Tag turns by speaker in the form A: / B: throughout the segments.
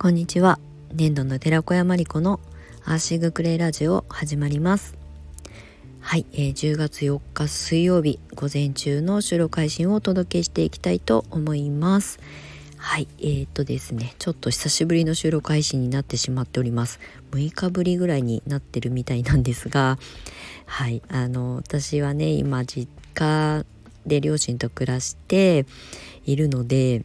A: こんにちは。粘土の寺子屋まりこのアーシングクレイラジオ始まります。はい、10月4日水曜日午前中の収録配信をお届けしていきたいと思います。はい、ですね、ちょっと久しぶりの収録配信になってしまっております。6日ぶりぐらいになってるみたいなんですが、はい、私はね、今実家で両親と暮らしているので、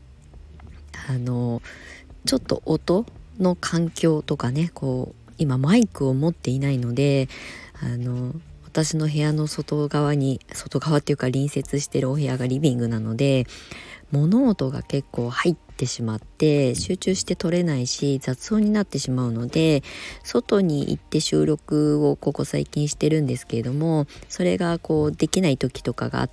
A: ちょっと音の環境とかね、今マイクを持っていないので、私の部屋の外側っていうか隣接しているお部屋がリビングなので、物音が結構入ってしまって集中して撮れないし雑音になってしまうので、外に行って収録をここ最近してるんですけれども、それができない時とかがあって、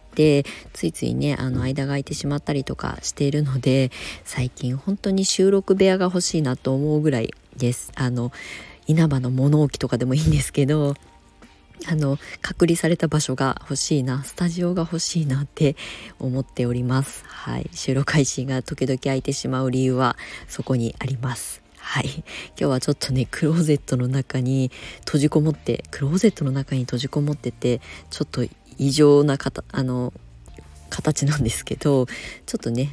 A: ついついね間が空いてしまったりとかしているので、最近本当に収録部屋が欲しいなと思うぐらいです。稲葉の物置とかでもいいんですけど、隔離された場所が欲しいな、スタジオが欲しいなって思っております。はい、収録配信が時々空いてしまう理由はそこにあります。はい、今日はちょっとねクローゼットの中に閉じこもってて、ちょっと異常な形なんですけど、ちょっとね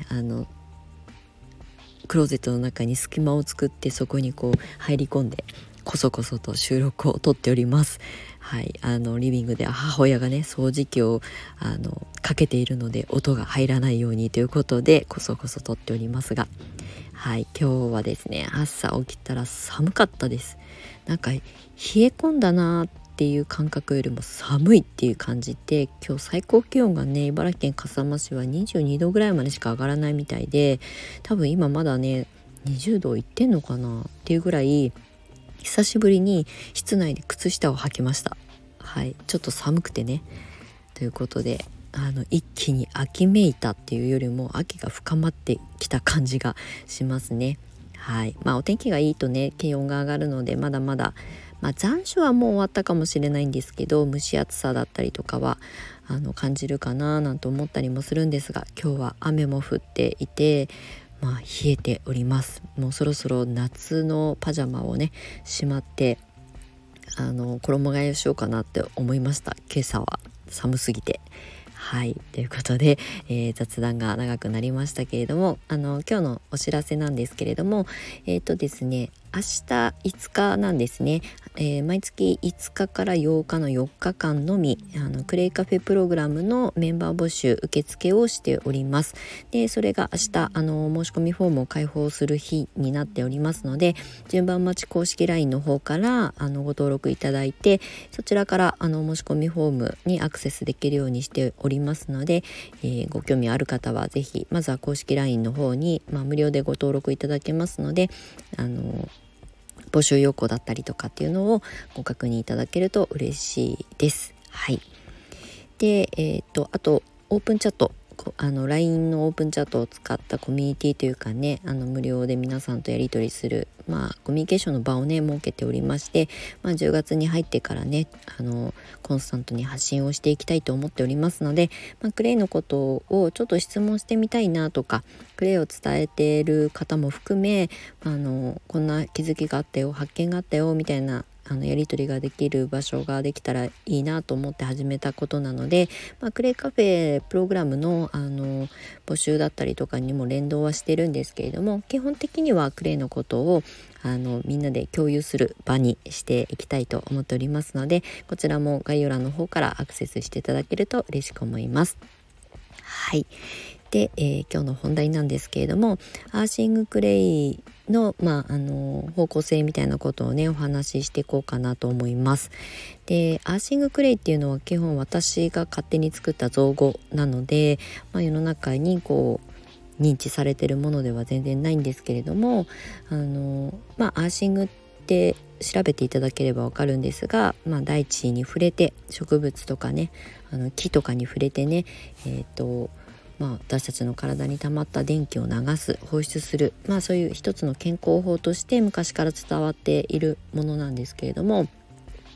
A: クローゼットの中に隙間を作って、そこに入り込んでこそこそと収録を撮っております。はい、リビングで母親がね掃除機をかけているので音が入らないようにということでこそこそ撮っておりますが、はい、今日はですね、朝起きたら寒かったです。なんか冷え込んだなっていう感覚よりも寒いっていう感じで、今日最高気温がね茨城県笠間市は22度ぐらいまでしか上がらないみたいで、多分今まだね20度いってんのかなっていうぐらい久しぶりに室内で靴下を履きました。はい、ちょっと寒くてね、ということで一気に秋めいたっていうよりも秋が深まってきた感じがしますね。はい、お天気がいいとね気温が上がるので、まだまだ残暑はもう終わったかもしれないんですけど、蒸し暑さだったりとかは感じるかななんて思ったりもするんですが、今日は雨も降っていて冷えております。もうそろそろ夏のパジャマをねしまって衣替えをしようかなって思いました。今朝は寒すぎて。はい、ということで、雑談が長くなりましたけれども、今日のお知らせなんですけれども、ですね、明日5日なんですね。毎月5日から8日の4日間のみクレイカフェプログラムのメンバー募集受付をしております。でそれが明日申し込みフォームを開放する日になっておりますので、順番待ち公式 LINE の方からご登録いただいて、そちらから申し込みフォームにアクセスできるようにしておりますので、ご興味ある方はぜひまずは公式 LINE の方に、無料でご登録いただけますので、募集要項だったりとかっていうのをご確認いただけると嬉しいです。はい。で、あとオープンチャット、LINE のオープンチャットを使ったコミュニティというかね、無料で皆さんとやり取りする、コミュニケーションの場をね設けておりまして、10月に入ってからねコンスタントに発信をしていきたいと思っておりますので、クレイのことをちょっと質問してみたいなとか、クレイを伝えている方も含めこんな気づきがあったよ、発見があったよみたいなやり取りができる場所ができたらいいなと思って始めたことなので、クレイカフェプログラムの、募集だったりとかにも連動はしてるんですけれども、基本的にはクレイのことをみんなで共有する場にしていきたいと思っておりますので、こちらも概要欄の方からアクセスしていただけると嬉しく思います。はい。で、今日の本題なんですけれども、アーシングクレイの、方向性みたいなことをねお話ししていこうかなと思います。で、アーシングクレイっていうのは基本私が勝手に作った造語なので、世の中に認知されているものでは全然ないんですけれども、アーシングって調べていただければわかるんですが、大地に触れて植物とかね木とかに触れてね、私たちの体に溜まった電気を流す、放出する、そういう一つの健康法として昔から伝わっているものなんですけれども、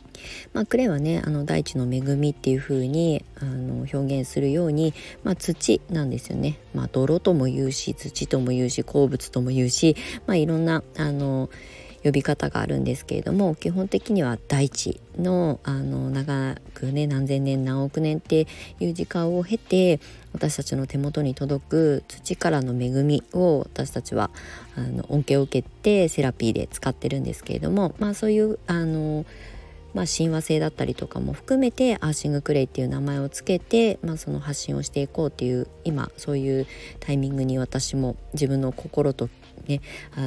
A: クレイはね大地の恵みっていう風に表現するように、土なんですよね。泥とも言うし土とも言うし鉱物とも言うし、いろんな呼び方があるんですけれども、基本的には大地の長くね何千年何億年っていう時間を経て私たちの手元に届く土からの恵みを私たちは恩恵を受けてセラピーで使ってるんですけれども、そういう親和性だったりとかも含めてアーシングクレイっていう名前をつけて、その発信をしていこうっていう今そういうタイミングに私も自分の心とね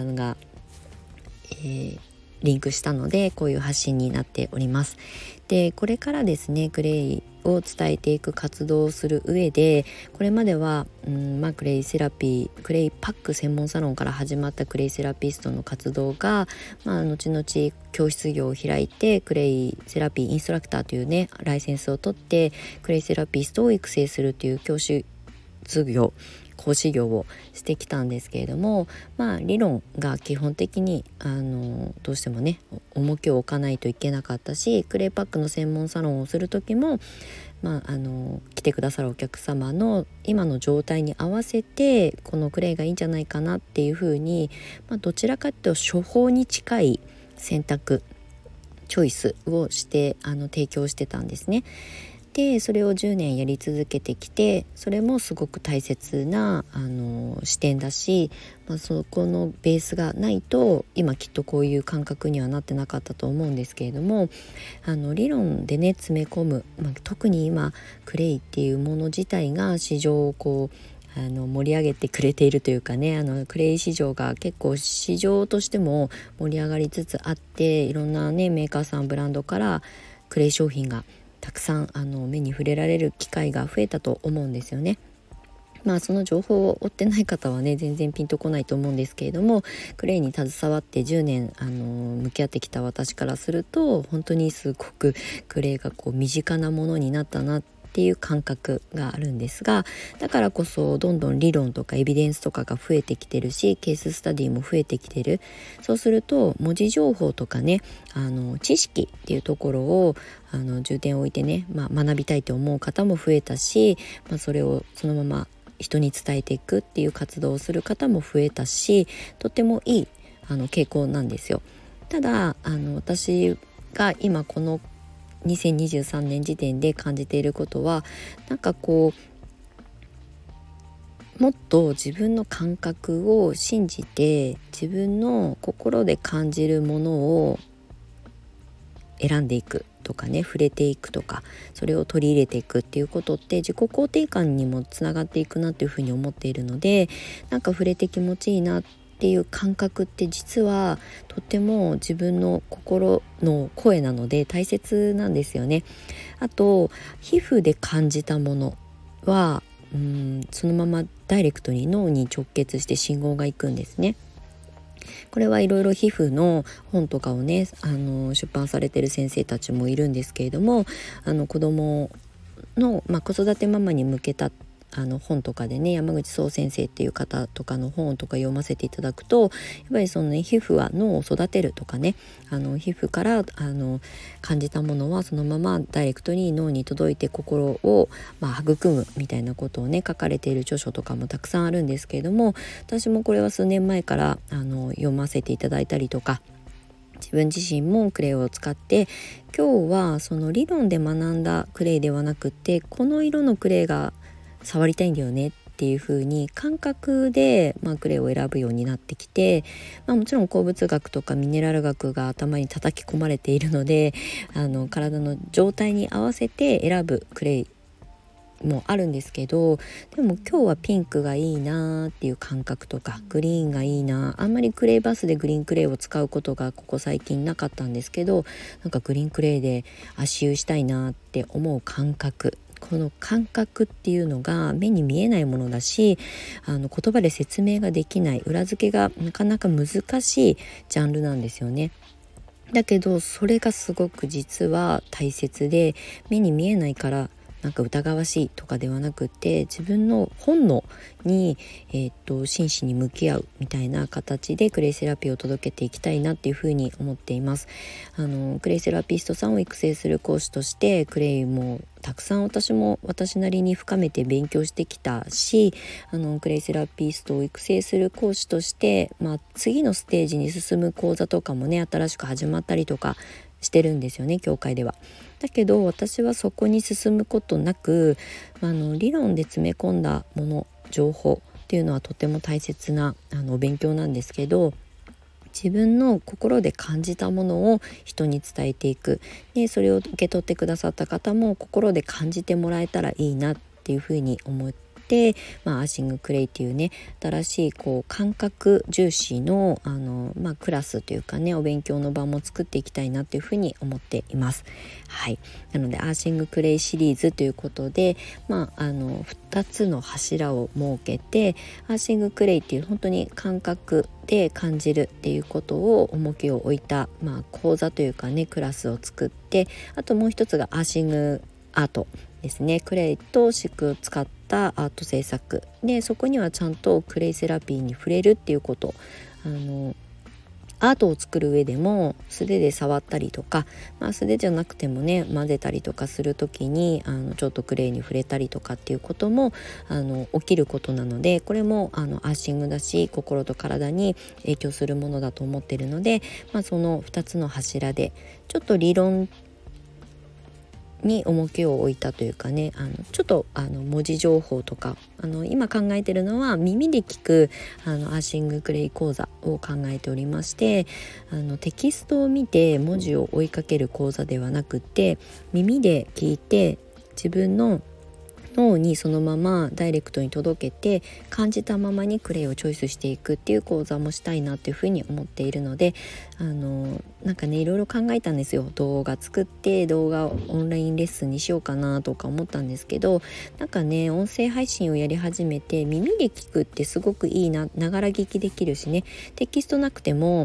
A: リンクしたのでこういう発信になっております。でこれからですねクレイを伝えていく活動をする上で、これまでは、クレイセラピークレイパック専門サロンから始まったクレイセラピストの活動が、後々教室業を開いてクレイセラピーインストラクターというねライセンスを取ってクレイセラピストを育成するという教師業講師業をしてきたんですけれども、理論が基本的にどうしてもね重きを置かないといけなかったし、クレイパックの専門サロンをする時も、来てくださるお客様の今の状態に合わせてこのクレイがいいんじゃないかなっていうふうに、どちらかというと処方に近い選択チョイスをして提供してたんですね。でそれを10年やり続けてきて、それもすごく大切な視点だし、そこのベースがないと今きっとこういう感覚にはなってなかったと思うんですけれども、理論でね詰め込む、特に今クレイっていうもの自体が市場を盛り上げてくれているというかね、クレイ市場が結構市場としても盛り上がりつつあって、いろんなねメーカーさんブランドからクレイ商品がたくさん目に触れられる機会が増えたと思うんですよね。その情報を追ってない方はね全然ピンとこないと思うんですけれども、クレイに携わって10年向き合ってきた私からすると本当にすごくクレイが身近なものになったなっていう感覚があるんですが、だからこそどんどん理論とかエビデンスとかが増えてきてるし、ケーススタディも増えてきてる。そうすると文字情報とかね知識っていうところを重点を置いてね、学びたいと思う方も増えたし、それをそのまま人に伝えていくっていう活動をする方も増えたし、とてもいい傾向なんですよ。ただ私が今この2023年時点で感じていることは、もっと自分の感覚を信じて自分の心で感じるものを選んでいくとかね、触れていくとか、それを取り入れていくっていうことって自己肯定感にもつながっていくなっていうふうに思っているので、触れて気持ちいいなっていう感覚って実はとても自分の心の声なので大切なんですよね。あと皮膚で感じたものはそのままダイレクトに脳に直結して信号が行くんですね。これはいろいろ皮膚の本とかをね出版されている先生たちもいるんですけれども、子供の、子育てママに向けた本とかでね、山口壮先生っていう方とかの本とか読ませていただくと、やっぱりそのね皮膚は脳を育てるとかね、皮膚から感じたものはそのままダイレクトに脳に届いて心を、育むみたいなことをね書かれている著書とかもたくさんあるんですけれども、私もこれは数年前から読ませていただいたりとか、自分自身もクレイを使って今日はその理論で学んだクレイではなくて、この色のクレイが触りたいんだよねっていう風に感覚で、クレイを選ぶようになってきて、もちろん鉱物学とかミネラル学が頭に叩き込まれているので体の状態に合わせて選ぶクレイもあるんですけど、でも今日はピンクがいいなっていう感覚とか、グリーンがいいな、あんまりクレイバスでグリーンクレイを使うことがここ最近なかったんですけど、グリーンクレイで足湯したいなって思う感覚、この感覚っていうのが目に見えないものだし、言葉で説明ができない、裏付けがなかなか難しいジャンルなんですよね。だけどそれがすごく実は大切で、目に見えないからなんか疑わしいとかではなくて、自分の本能に、真摯に向き合うみたいな形でクレイセラピーを届けていきたいなっていうふうに思っています。クレイセラピストさんを育成する講師としてクレイもたくさん私なりに深めて勉強してきたし、クレイセラピストを育成する講師として、次のステージに進む講座とかもね新しく始まったりとかしてるんですよね、教会では。だけど私はそこに進むことなく、理論で詰め込んだもの、情報っていうのはとても大切なお勉強なんですけど、自分の心で感じたものを人に伝えていく。でそれを受け取ってくださった方も心で感じてもらえたらいいなっていうふうに思って、アーシングクレイっていうね新しい感覚重視のクラスというかねお勉強の場も作っていきたいなっていうふうに思っています。はい、なのでアーシングクレイシリーズということで、2つの柱を設けて、アーシングクレイっていう本当に感覚で感じるっていうことを重きを置いた、講座というかねクラスを作って、あともう一つがアーシングアートですね。クレイと漆を使ったアート制作で、そこにはちゃんとクレイセラピーに触れるっていうこと、アートを作る上でも素手で触ったりとか、素手じゃなくてもね混ぜたりとかする時にちょっとクレイに触れたりとかっていうことも起きることなので、これもアーシングだし心と体に影響するものだと思っているので、その2つの柱でちょっと理論に重きを置いたというかね、ちょっと文字情報とか今考えてるのは耳で聞くアーシングクレイ講座を考えておりまして、テキストを見て文字を追いかける講座ではなくて、耳で聞いて自分の脳にそのままダイレクトに届けて感じたままにクレイをチョイスしていくっていう講座もしたいなっていうふうに思っているので、なんかねいろいろ考えたんですよ。動画作って動画をオンラインレッスンにしようかなとか思ったんですけど、なんかね音声配信をやり始めて耳で聞くってすごくいいな、ながら聞きできるしね、テキストなくても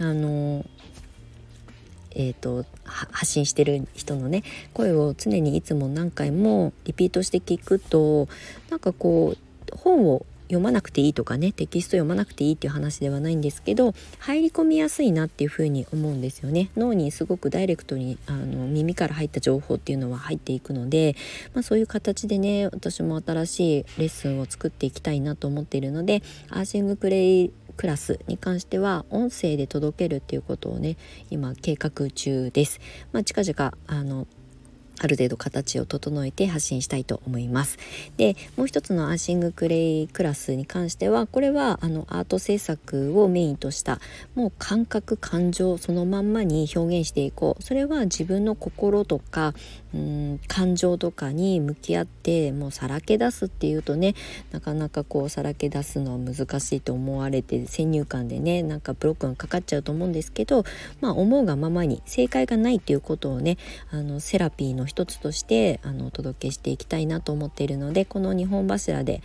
A: 発信してる人のね声を常にいつも何回もリピートして聞くと、なんか本を読まなくていいとかね、テキスト読まなくていいっていう話ではないんですけど、入り込みやすいなっていうふうに思うんですよね。脳にすごくダイレクトに耳から入った情報っていうのは入っていくので、そういう形でね私も新しいレッスンを作っていきたいなと思っているので、アーシングクレイクラスに関しては音声で届けるっていうことをね今計画中です。近々ある程度形を整えて発信したいと思います。でもう一つのアーシングクレイクラスに関しては、これはアート制作をメインとしたもう感覚感情そのまんまに表現していこう。それは自分の心とか感情とかに向き合ってもうさらけ出すっていうとね、なかなかさらけ出すのは難しいと思われて先入観でねなんかブロックがかかっちゃうと思うんですけど、思うがままに正解がないっていうことをねセラピーの一つとしてお届けしていきたいなと思っているので、この2本柱で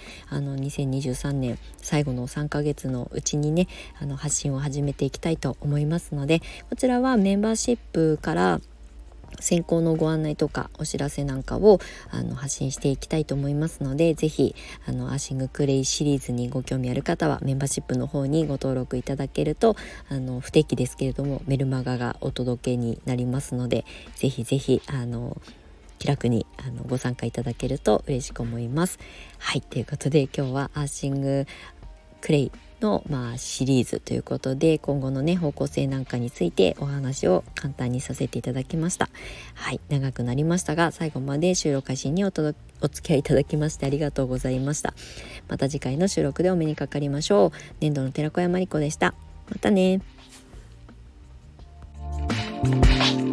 A: 2023年最後の3ヶ月のうちにね発信を始めていきたいと思いますので、こちらはメンバーシップから先行のご案内とかお知らせなんかを発信していきたいと思いますので、ぜひアーシングクレイシリーズにご興味ある方はメンバーシップの方にご登録いただけると不定期ですけれどもメルマガがお届けになりますので、ぜひぜひ気楽にご参加いただけると嬉しく思います。はい、ということで今日はアーシングクレイのシリーズということで今後のね方向性なんかについてお話を簡単にさせていただきました。はい、長くなりましたが最後まで収録配信にお付き合いいただきましてありがとうございました。また次回の収録でお目にかかりましょう。年度の寺子屋まりこでした。またね。